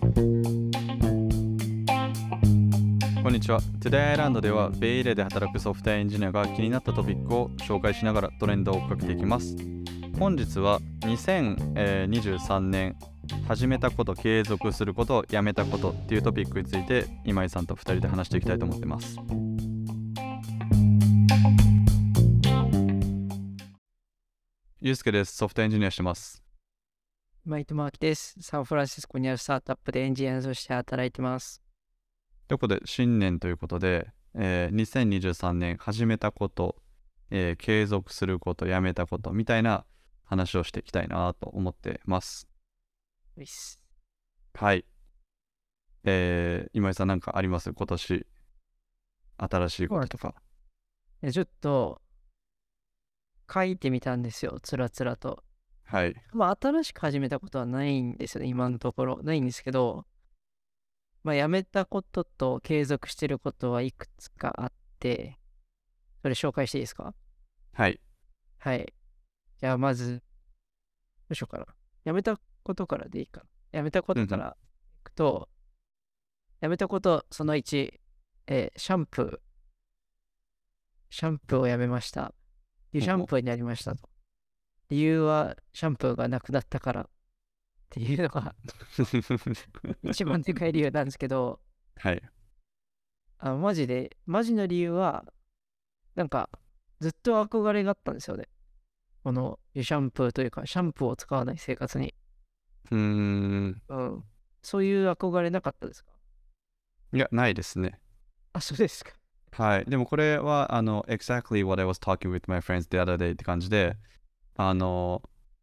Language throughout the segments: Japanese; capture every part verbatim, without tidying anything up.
こんにちは。Today Island ではベイエリアで働くソフトウェアエンジニアが気になったトピックを紹介しながらトレンドを追っかけていきます。本日はにせんにじゅうさんねん始めたこと、継続すること、やめたことっていうトピックについて今井さんとふたりで話していきたいと思ってます。ゆうすけです。ソフトエンジニアしてます。 マイトマーキです。サンフランシスコにあるスタートアップでエンジニアとして働いてます。 ということで、新年ということで、えー、にせんにじゅうさんねん始めたこと、えー、継続すること、やめたことみたいな話をしていきたいなと思ってます。はい。えー、今井さんなんかあります？今年新しいこととか。 ちょっと書いてみたんですよ、つらつらと。 はい。 まあ新しく始めたことはないんですよね、今のところ。ないんですけど、まあやめたことと継続してることはいくつかあって、それ紹介していいですか？ はい。 はい。じゃあまず、どうしようかな。やめたことからでいいかな。やめたことからいくと、やめたことそのいち、えー、シャンプー。シャンプーをやめました。シャンプーになりましたと。理由はシャンプーがなくなったからっていうのが一番でかい理由なんですけど、 はい。 あマジで、マジの理由は、なんか、ずっと憧れがあったんですよね。このシャンプーというか、シャンプーを使わない生活に。 うーん。 うん。そういう憧れなかったですか？ いや、ないですね。 あ、そうですか。 はい。でもこれは、あの、exactly what I was talking with my friends the other day って感じで、あの、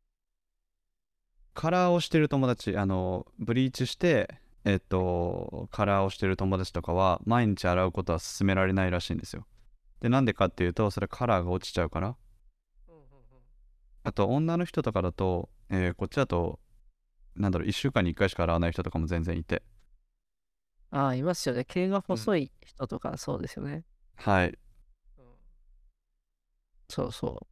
カラーをしてる友達、あの、ブリーチして、えっと、カラーをしてる友達とかは、毎日洗うことは勧められないらしいんですよ。で、なんでかっていうと、それカラーが落ちちゃうから。あと、女の人とかだと、えーこっちだと、なんだろう、いっしゅうかんにいっかいしか洗わない人とかも全然いて。 ああ、いますよね。毛がうん。 細い人とかそうですよね。 はい。 うん、そうそう。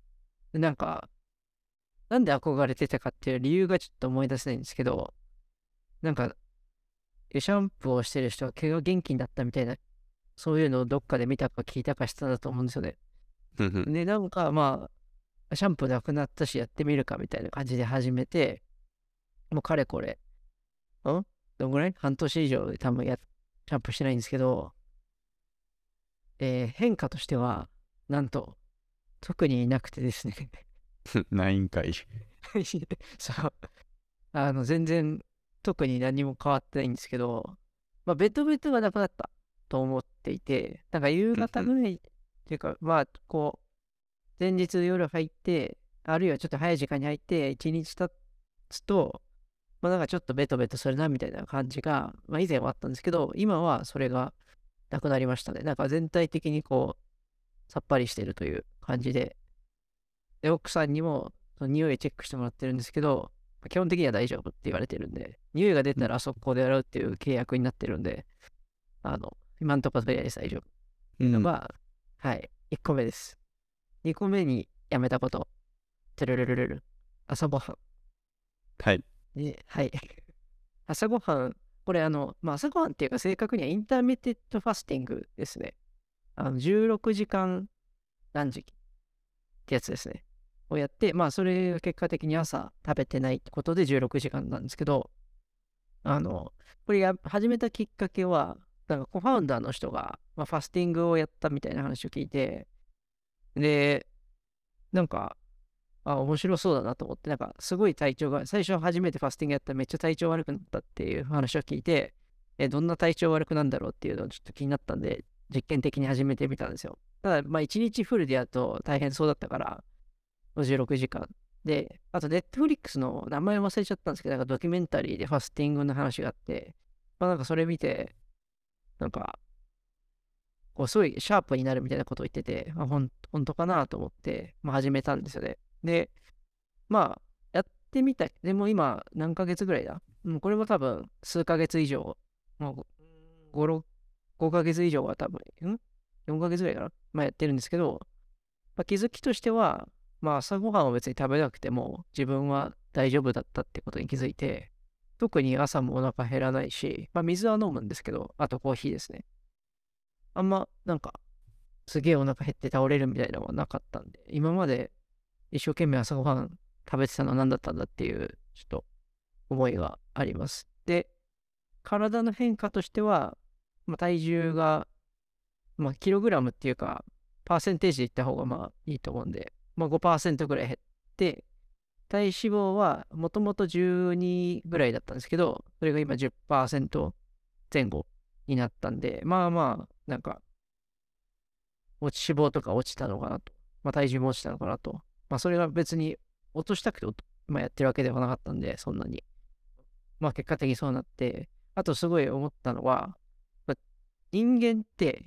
でなんか、なんで憧れてたかっていう理由がちょっと思い出せないんですけど、なんか、シャンプーをしてる人は毛が元気になったみたいな、そういうのをどっかで見たか聞いたかしたんだと思うんですよね。 ふんふん。 で、なんかまあ、シャンプーなくなったしやってみるかみたいな感じで始めて、もうかれこれ、んどんぐらい半年以上で多分や、シャンプーしてないんですけど、えー変化としては、なんと、特になくてですねないんかい。 そう、あの、全然、特に何も変わってないんですけど、まあ、ベトベトがなくなったと思っていて、なんか夕ふんふん。 方ぐらいっていうか、まあ、こう、前日夜入って、あるいはちょっと早い時間に入って、一日経つと、まあ、なんかちょっとベトベトするなみたいな感じが、まあ、以前はあったんですけど、今はそれがなくなりましたね。なんか全体的にこう、さっぱりしてるという感じで、で、奥さんにもその匂いチェックしてもらってるんですけど、基本的には大丈夫って言われてるんで、匂いが出たら速攻でやるっていう契約になってるんで、あの、今んところとりあえず大丈夫ってうん。 いうのが、はい、いっこめです。にこめにやめたこと、てるるるるる、朝ごはん。 はい。 で、はい。朝ごはん、これあの、まあ、朝ごはんっていうか正確にはインターミテッドファスティングですね。あの、じゅうろくじかん断食ってやつですね。をやって、まあ、それが結果的に朝食べてないってことでじゅうろくじかんなんですけど、あの、これや始めたきっかけは、なんかコファウンダーの人が、まあ、ファスティングをやったみたいな話を聞いて、で、なんか、あ、面白そうだなと思って、なんか、すごい体調が、最初初めてファスティングやったらめっちゃ体調悪くなったっていう話を聞いて、え、どんな体調悪くなんだろうっていうのをちょっと気になったんで、実験的に始めてみたんですよ。ただ、まあ、いちにちフルでやると大変そうだったから、じゅうろくじかん。で、あと、ネットフリックスの名前忘れちゃったんですけど、なんかドキュメンタリーでファスティングの話があって、まあなんかそれ見て、なんか、こう、すごいシャープになるみたいなことを言ってて、まあ、ほん、本当かなと思って、まあ始めたんですよね。で、まあ、やってみたい。でも今、何ヶ月ぐらいだ？もうこれも多分、数ヶ月以上、もうご、ろく、ごヶ月以上は多分、ん ?よん ヶ月ぐらいかな、まあやってるんですけど、まあ、気づきとしては、まあ朝ごはんを別に食べなくても自分は大丈夫だったってことに気づいて、 特に朝もお腹減らないし、まあ水は飲むんですけど、あとコーヒーですね。あんまなんかすげえお腹減って倒れるみたいなのはなかったんで、今まで一生懸命朝ごはん食べてたのは何だったんだっていう、ちょっと思いがあります。で、体の変化としては、まあ、体重が、まあ、キログラムっていうか、パーセンテージでいった方がまあいいと思うんで、まあ、ごパーセントぐらい減って、体脂肪はもともとじゅうにぐらいだったんですけど、それが今じゅっパーセント前後になったんで、まあまあ、なんか、落ち脂肪とか落ちたのかなと。まあ体重も落ちたのかなと。まあそれが別に落としたくて、まあ、やってるわけではなかったんで、そんなに。まあ結果的にそうなって、あとすごい思ったのは、まあ、人間って、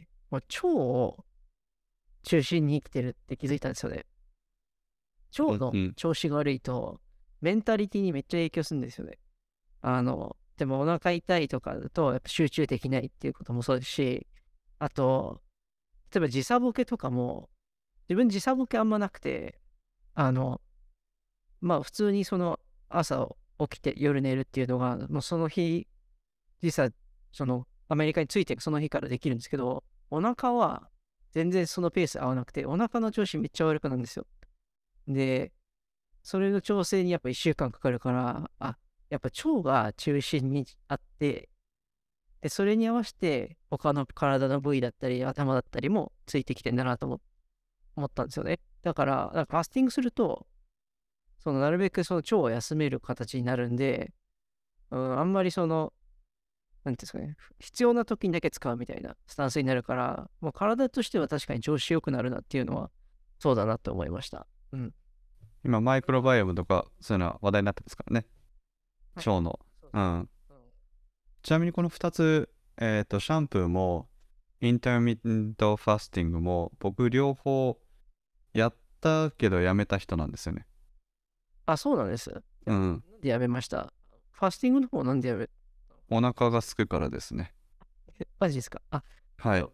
まあ、腸を中心に生きてるって気づいたんですよね。腸のうん。 調子が悪いと、メンタリティにめっちゃ影響するんですよね。あの、でもお腹痛いとかだと、やっぱ集中できないっていうこともそうですし、あと、例えば時差ボケとかも、自分時差ボケあんまなくて、あの、まあ普通にその朝起きて夜寝るっていうのが、もうその日、時差、そのアメリカについてその日からできるんですけど、お腹は全然そのペース合わなくて、お腹の調子めっちゃ悪くなるんですよ。で、それの調整にやっぱいっしゅうかんかかるから、あ、やっぱ腸が中心にあって、で、それに合わせて他の体の部位だったり頭だったりもついてきてんだなと思思ったんですよね。だから、なんかファスティングすると、そのなるべくその腸を休める形になるんで、うん、あんまりその、なんていうんですかね、必要な時にだけ使うみたいなスタンスになるから、もう体としては確かに調子良くなるなっていうのは、そうだなと思いました。うん。 今、マイクロバイオムとか、そういうのは話題になってますからね。 はい。 腸の。 そうそうん。 う。うん、 ちなみにこのふたつ、えっと、シャンプーも、インターミッントファスティングも、僕両方やったけどやめた人なんですよね。 あ、そうなんです。 うん。 なんでやめました？ファスティングの方なんでやめ、 お腹が空くからですね。 えマジですか？あ、 はい。 そう。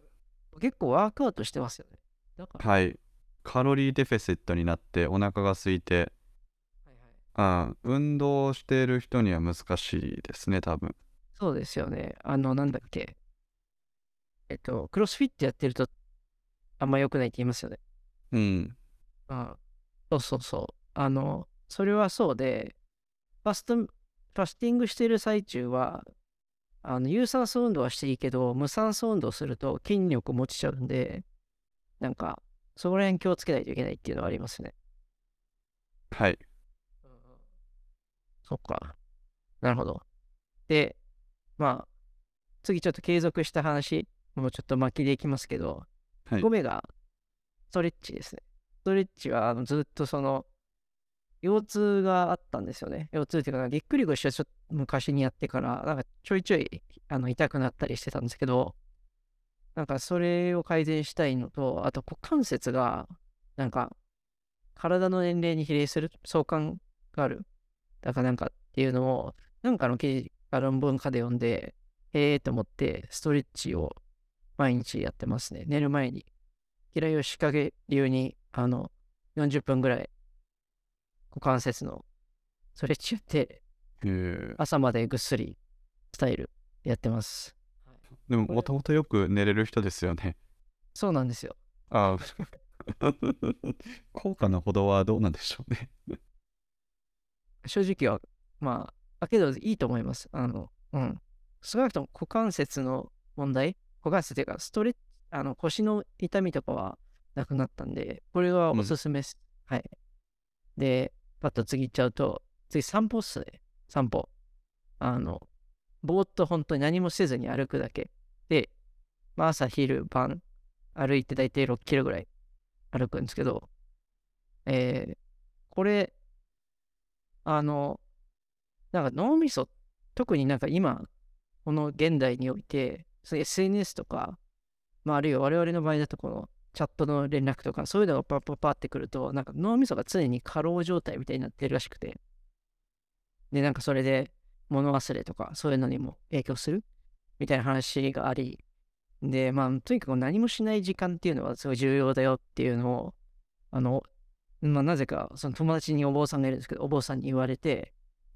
結構ワークアウトしてますよね。だから。 はい。カロリーデフェセットになってお腹が空いて、 はいはい。 あ運動している人には難しいですね、多分。 そうですよね。あの、なんだっけ。えっと、クロスフィットやってるとあんま良くないって言いますよね。 うん。 うん。そうそうそう。あの、それはそうで、ファスト、ファスティングしてる最中は、あの、有酸素運動はしていいけど、無酸素運動すると筋力持ちちゃうんで、なんか、そこら辺気をつけないといけないっていうのはありますね。 はい。 うんうん。そっか。なるほど。で、まあ、次ちょっと継続した話、もうちょっと巻きでいきますけど、 はい。 ごめがストレッチですね。ストレッチはあのずっとその、腰痛があったんですよね。腰痛っていうか、ぎっくり腰はちょっと昔にやってから、なんかちょいちょいあの痛くなったりしてたんですけど、なんかそれを改善したいのと、あと股関節が、なんか体の年齢に比例する相関がある。だからなんかっていうのを、なんかの記事か論文かで読んで、へえーと思って、ストレッチを毎日やってますね。寝る前に。平吉影流に、あの、よんじゅっぷんぐらい股関節のストレッチやって、 えー、 朝までぐっすりスタイルやってます。はい、 でも、 これ、 もともとよく寝れる人ですよね。 そうなんですよ。 あー効果のほどはどうなんでしょうね。 正直は、まあ、だけどいいと思います。あの、うん。少なくとも股関節の問題、股関節っていうか、ストレッチ、あの、腰の痛みとかはなくなったんで、これはおうん。 すすめです。はい。で、パッと次行っちゃうと、次散歩っすね。散歩。あの、ぼーっと本当に何もせずに歩くだけ。で、まあ、朝、昼、晩、歩いて大体ろっキロぐらい歩くんですけど、えー、これ、あの、なんか脳みそ、特になんか今、この現代において、その エスエヌエス とか、まあ、あるいは我々の場合だとこのチャットの連絡とか、そういうのがパッパッパってくると、なんか脳みそが常に過労状態みたいになってるらしくて、で、なんかそれで物忘れとか、そういうのにも影響するみたいな話があり、で、まあ、とにかく何もしない時間っていうのはすごい重要だよっていうのを、あの、まあ、なぜか、その友達にお坊さんがいるんですけど、お坊さんに言われて、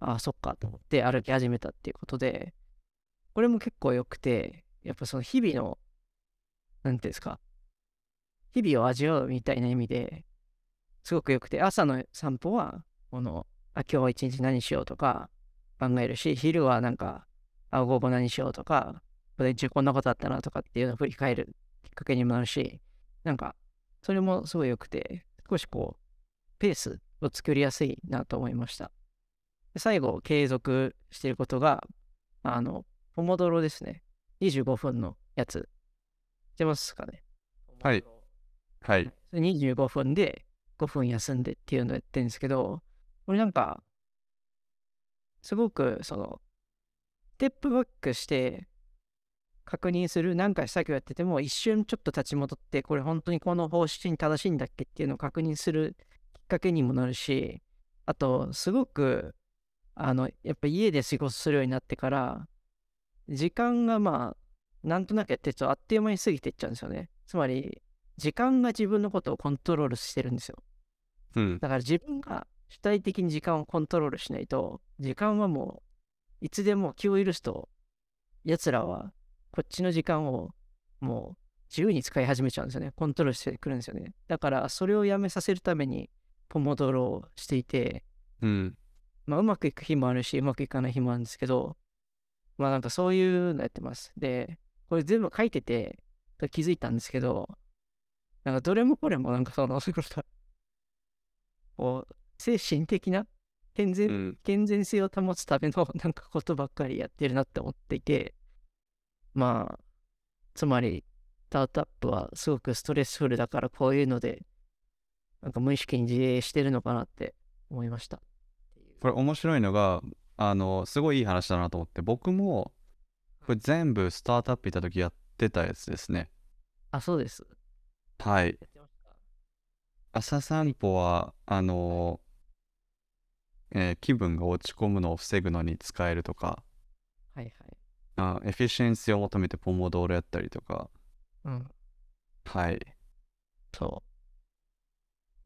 ああ、そっかと思って歩き始めたっていうことで、これも結構良くて、やっぱその日々の、なんていうんですか、日々を味わうみたいな意味ですごく良くて、朝の散歩は、この、あ、今日一日何しようとか考えるし、昼はなんか、あ、午後何しようとか、午前中こんなことあったなとかっていうのを振り返るきっかけにもなるし、なんか、それもすごい良くて、少しこう、ペースを作りやすいなと思いました。で最後、継続していることが、あの、ポモドロですね。にじゅうごふんのやつ。知ってますかね？ポモはい。 ドロ。 はい。 それにじゅうごふんでごふん休んでっていうのをやってるんですけど、これなんか、すごく、その、ステップバックして確認する、何回作業やってても、一瞬ちょっと立ち戻って、これ本当にこの方針に正しいんだっけっていうのを確認するきっかけにもなるし、あと、すごく、あの、やっぱ家で仕事するようになってから、時間がまあ、なんとなくやってるとあっという間に過ぎていっちゃうんですよね。つまり、時間が自分のことをコントロールしてるんですよ。 うん。 だから自分が主体的に時間をコントロールしないと、時間はもう、いつでも気を許すと、奴らはこっちの時間をもう自由に使い始めちゃうんですよね。コントロールしてくるんですよね。だからそれをやめさせるためにポモドロをしていて、 うん。 まあうまくいく日もあるし、うまくいかない日もあるんですけど、まあなんかそういうのやってます。で、これ全部書いてて気づいたんですけど、なんかどれもこれもなんかその、こう、精神的な健全、 うん。 健全性を保つためのなんかことばっかりやってるなって思っていて、まあ、つまり、スタートアップはすごくストレスフルだからこういうので、なんか無意識に自営してるのかなって思いました。 これ面白いのが、あの、すごいいい話だなと思って、僕も、これ全部スタートアップ行った時やってたやつですね。 あ、そうです。 はい。 やってました。 朝散はい。 歩は、あはい。 の、えー気分が落ち込むのを防ぐのに使えるとか、 はいはい。 あ、エフィシェンシーを求めてポモドーロやったりとか、 うん。 はい。 そう。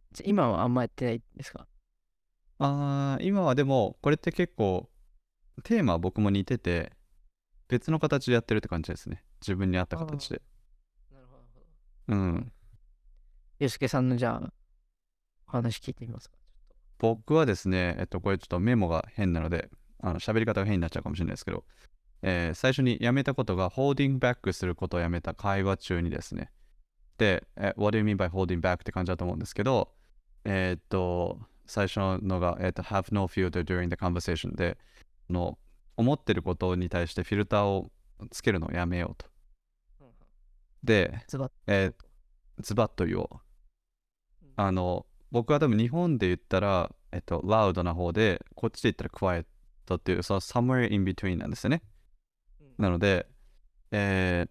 じゃ今はあんまやってないですか？ あー、今はでも、これって結構、テーマは僕も似てて、別の形でやってるって感じですね。自分に合ったああ、 形で。 なるほど。なるほど。 うん。 ゆうすけさんのじゃあ、お話聞いてみますか？ 僕はですね、えっと、これちょっとメモが変なので、あの、喋り方が変になっちゃうかもしれないですけど、えー最初にやめたことが、ホールディングバックすることをやめた会話中にですね、で、え What do you mean by holding back って感じだと思うんですけど、えーっと、最初のが、えーっと、have no filter during the conversation で、の思ってることに対してフィルターをつけるのをやめようと。 うんうん。 で、 ズバッえーとと。 ズバッと言おう。 うん。 あの、僕は多分日本で言ったら、えっと、ラウドな方で、こっちで言ったらクワイエットっていう、その somewhere in between なんですよね。 うん。 なので、え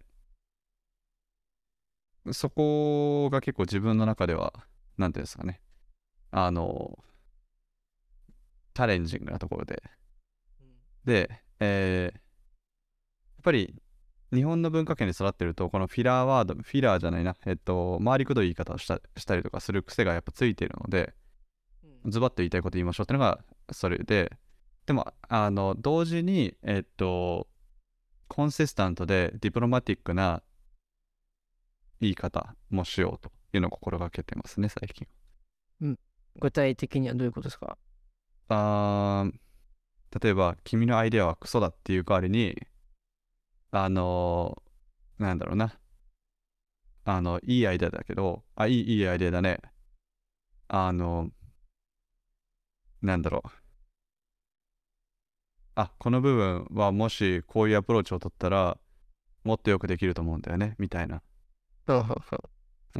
ーそこが結構自分の中では、なんていうんですかね、あの、チャレンジングなところで。 うん。 で、えーやっぱり日本の文化圏で育ってると、このフィラーワード、フィラーじゃないな、えっと、回りくどい言い方をしたしたりとかする癖がやっぱついているので、 うん。 ズバッと言いたいこと言いましょうっていうのがそれで、でも、あの、同時に、えっと、コンシスタントでディプロマティックな言い方もしようというのを心がけてますね、最近。 うん。具体的にはどういうことですか？ あー例えば、君のアイデアはクソだっていう代わりに、あのなんだろうな、あの、いいアイデアだけど、あ、いい、いいアイデアだね。あの、なんだろう。あ、この部分はもしこういうアプローチを取ったら、もっとよくできると思うんだよね、みたいな。 うんうんうん。 うん。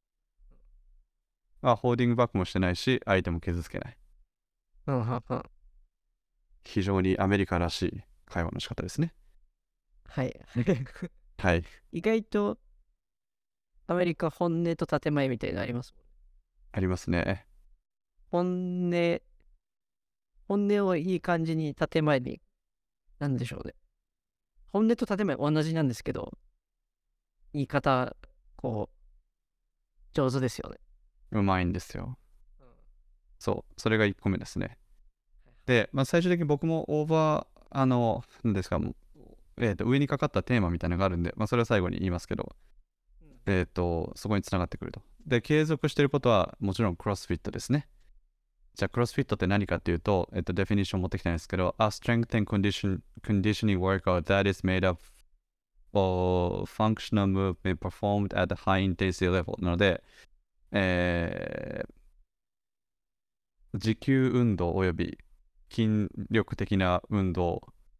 まあ、ホールディングバックもしてないし、相手も傷つけない。 うんうんうん。 非常にアメリカらしい会話の仕方ですね。 はい。 はい。 意外とアメリカ本音と建前みたいなのありますもんね。 ありますね。 本音、本音をいい感じに建前に、なんでしょうね。本音と建前同じなんですけど、言い方、こう、上手ですよね。 うまいんですよ。 うん。 そう。それがいっこめですね。 で、まあ、最終的に僕もオーバー、あの、なんですか、えーと、上にかかったテーマみたいなのがあるんで、まあ、それは最後に言いますけど、えーと、そこにつながってくると。で、継続していることはもちろんクロスフィットですね。じゃあ、クロスフィットって何かっていうと、えっと、デフィニッション持ってきたんですけど、A strength and condition, conditioning workout that is made up of functional movement performed at a high intensity level なので、えー持久運動および筋力的な運動、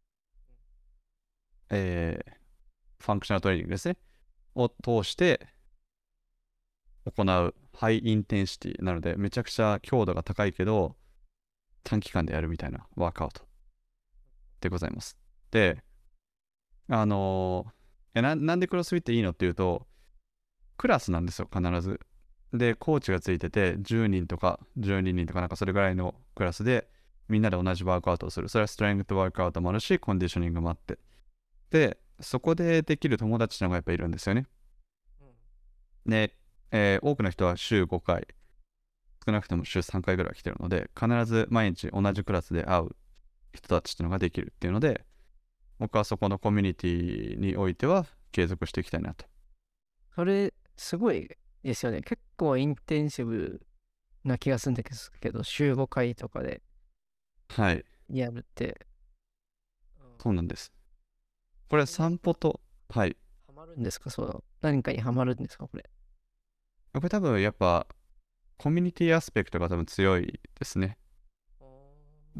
えーファンクショナルトレーニングですね、を通して行うハイインテンシティなので、めちゃくちゃ強度が高いけど、短期間でやるみたいなワークアウトでございます。で、あのー、な, なんでクロスフィットいいのっていうと、クラスなんですよ、必ず。で、コーチがついてて、じゅうにんとかじゅうににんとかなんかそれぐらいのクラスで、みんなで同じワークアウトをする。それはストレングスワークアウトもあるし、コンディショニングもあって。で、そこでできる友達のがやっぱいるんですよね。で、えー多くの人は週ごかい、少なくとも週さんかいぐらい来てるので、必ず毎日同じクラスで会う人たちっていうのができるっていうので、僕はそこのコミュニティにおいては継続していきたいなと。 それ、すごいですよね。結構インテンシブな気がするんですけど、週ごかいとかではい、 やるって。 そうなんです。これは散歩と、はい。 ハマるんですか？その、何かにハマるんですかこれ？ これ多分やっぱコミュニティアスペクトが多分強いですね。うん。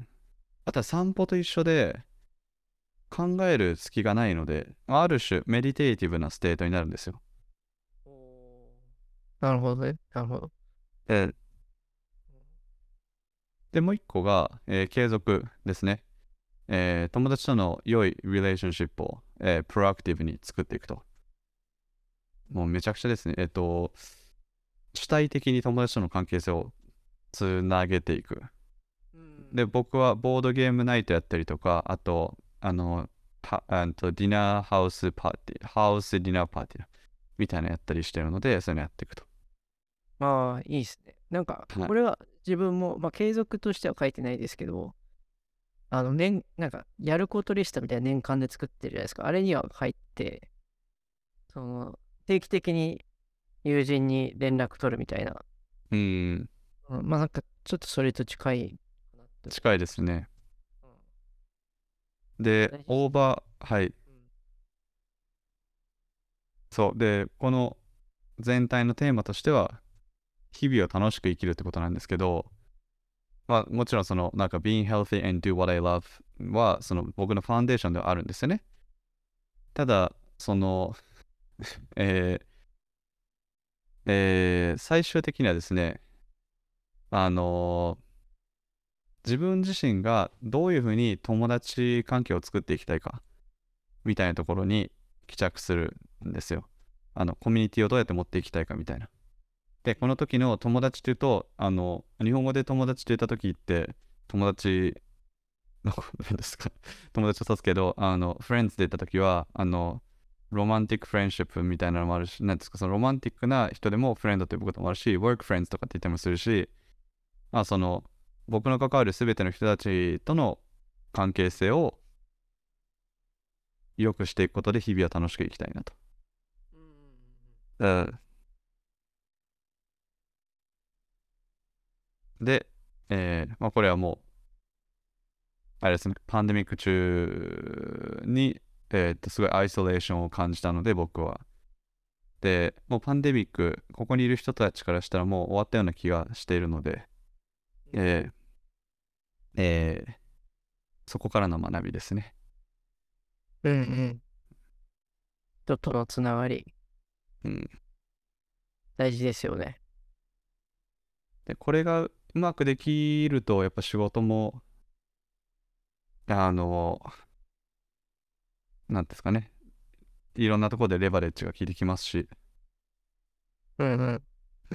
あとは散歩と一緒で考える隙がないので、ある種メディテイティブなステートになるんですよ。 なるほどね。なるほど。 で、でもう一個が、えー継続ですね。えー友達との良いリレーションシップを、えープロアクティブに作っていくと。もうめちゃくちゃですね。えっ、と、主体的に友達との関係性をつなげていく。で、僕はボードゲームナイトやったりとか、あと、あの、はあんとディナーハウスパーティー、ハウスディナーパーティーみたいなのやったりしてるので、そういうのやっていくと。 まあ、いいですね。なんか、 はい。 これは自分も、まあ、継続としては書いてないですけど、あの、年、なんか、やることリストみたいな年間で作ってるじゃないですか。あれには入って、その、定期的に友人に連絡取るみたいな。 うん、 うん、まあ、なんか、ちょっとそれと近いかなって思近いですね。 う。うん、 で、 大事ですね。 オーバー、はい。 うん、 そう。で、この全体のテーマとしては、日々を楽しく生きるってことなんですけど、まあ、もちろんその、なんか、being healthy and do what I love は、その、僕のファンデーションではあるんですよね。ただ、その、えーえー最終的にはですね、あのー自分自身がどういうふうに友達関係を作っていきたいか、みたいなところに帰着するんですよ。あの、コミュニティをどうやって持っていきたいかみたいな。で、この時の友達っていうと、あの、日本語で友達って言った時って、友達の、何ですか、友達を指すけど、あの、フレンズで言った時は、あの、ロマンティックフレンドシップみたいなのもあるし、なんですか、そのロマンティックな人でもフレンドって呼ぶこともあるし、ワークフレンズとかって言ってもするし、まあ、その、僕の関わるすべての人たちとの関係性を良くしていくことで日々は楽しく生きたいなと。うんで、えーまあ、これはもう、あれですね、パンデミック中に、えーっと、すごいアイソレーションを感じたので、僕は。で、もうパンデミック、ここにいる人たちからしたらもう終わったような気がしているので、えーえーそこからの学びですね。 うんうん。人とのつながり、 うん、 大事ですよね。 で、これがうまくできると、やっぱ仕事も、あの、なんですかね、いろんなところでレバレッジが効いてきますし、 うんうん。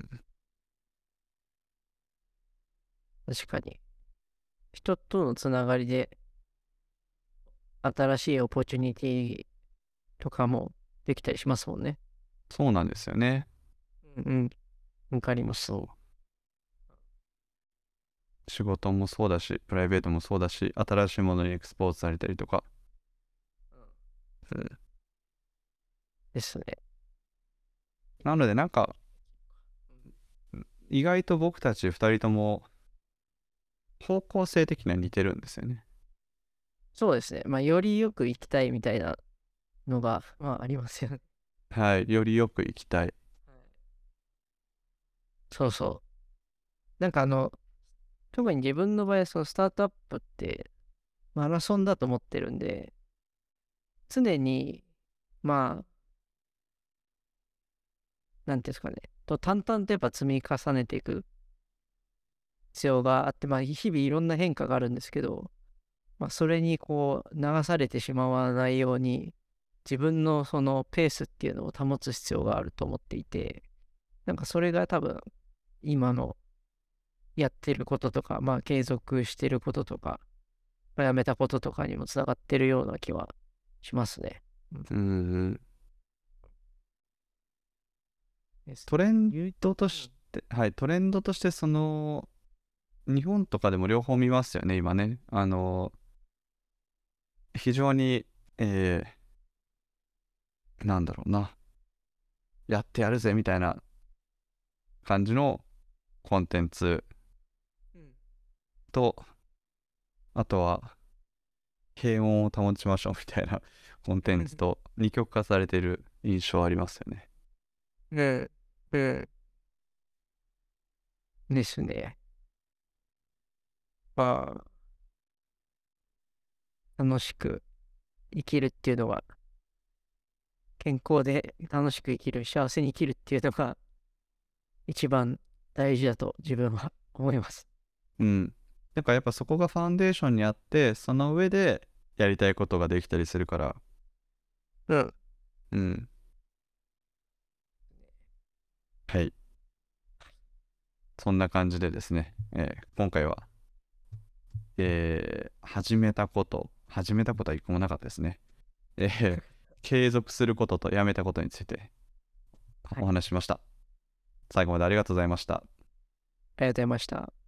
確かに。人とのつながりで、新しいオポチュニティとかもできたりしますもんね。 そうなんですよね。 うんうん。わかります。 そうそう。 仕事もそうだし、プライベートもそうだし、新しいものにエクスポーズされたりとか。うん、 ですね。 なのでなんか、意外と僕たちふたりとも方向性的には似てるんですよね。 そうですね。まあ、よりよく生きたいみたいなのが、まあ、ありますよね。 はい。よりよく生きたい。 そうそう。なんかあの、特に自分の場合、そのスタートアップってマラソンだと思ってるんで、常に、まあ、なんていうんですかね、と淡々とやっぱ積み重ねていく必要があって、まあ、日々いろんな変化があるんですけど、まあ、それにこう、流されてしまわないように、自分のそのペースっていうのを保つ必要があると思っていて、なんかそれが多分、今のやってることとか、まあ、継続してることとか、まあやめたこととかにもつながってるような気はしますね。 うん。 です。 トレンゆうドとして、はい。トレンドとしてその、日本とかでも両方見ますよね、今ね。あの、非常に、えー、なんだろうな。やってやるぜみたいな感じのコンテンツうんと、あとは平穏を保ちましょうみたいなコンテンツと二極化されている印象ありますよね。 ねえ、ですね。まあ、楽しく生きるっていうのが、健康で楽しく生きる、幸せに生きるっていうのが、一番大事だと自分は思います。 うん。だからやっぱそこがファンデーションにあって、その上でやりたいことができたりするから、 うん。 うん。はい。そんな感じでですね、えー今回は、えー始めたこと、始めたことは一個もなかったですね。えー継続することとやめたことについてはい。 お話ししました。最後までありがとうございました。 ありがとうございました。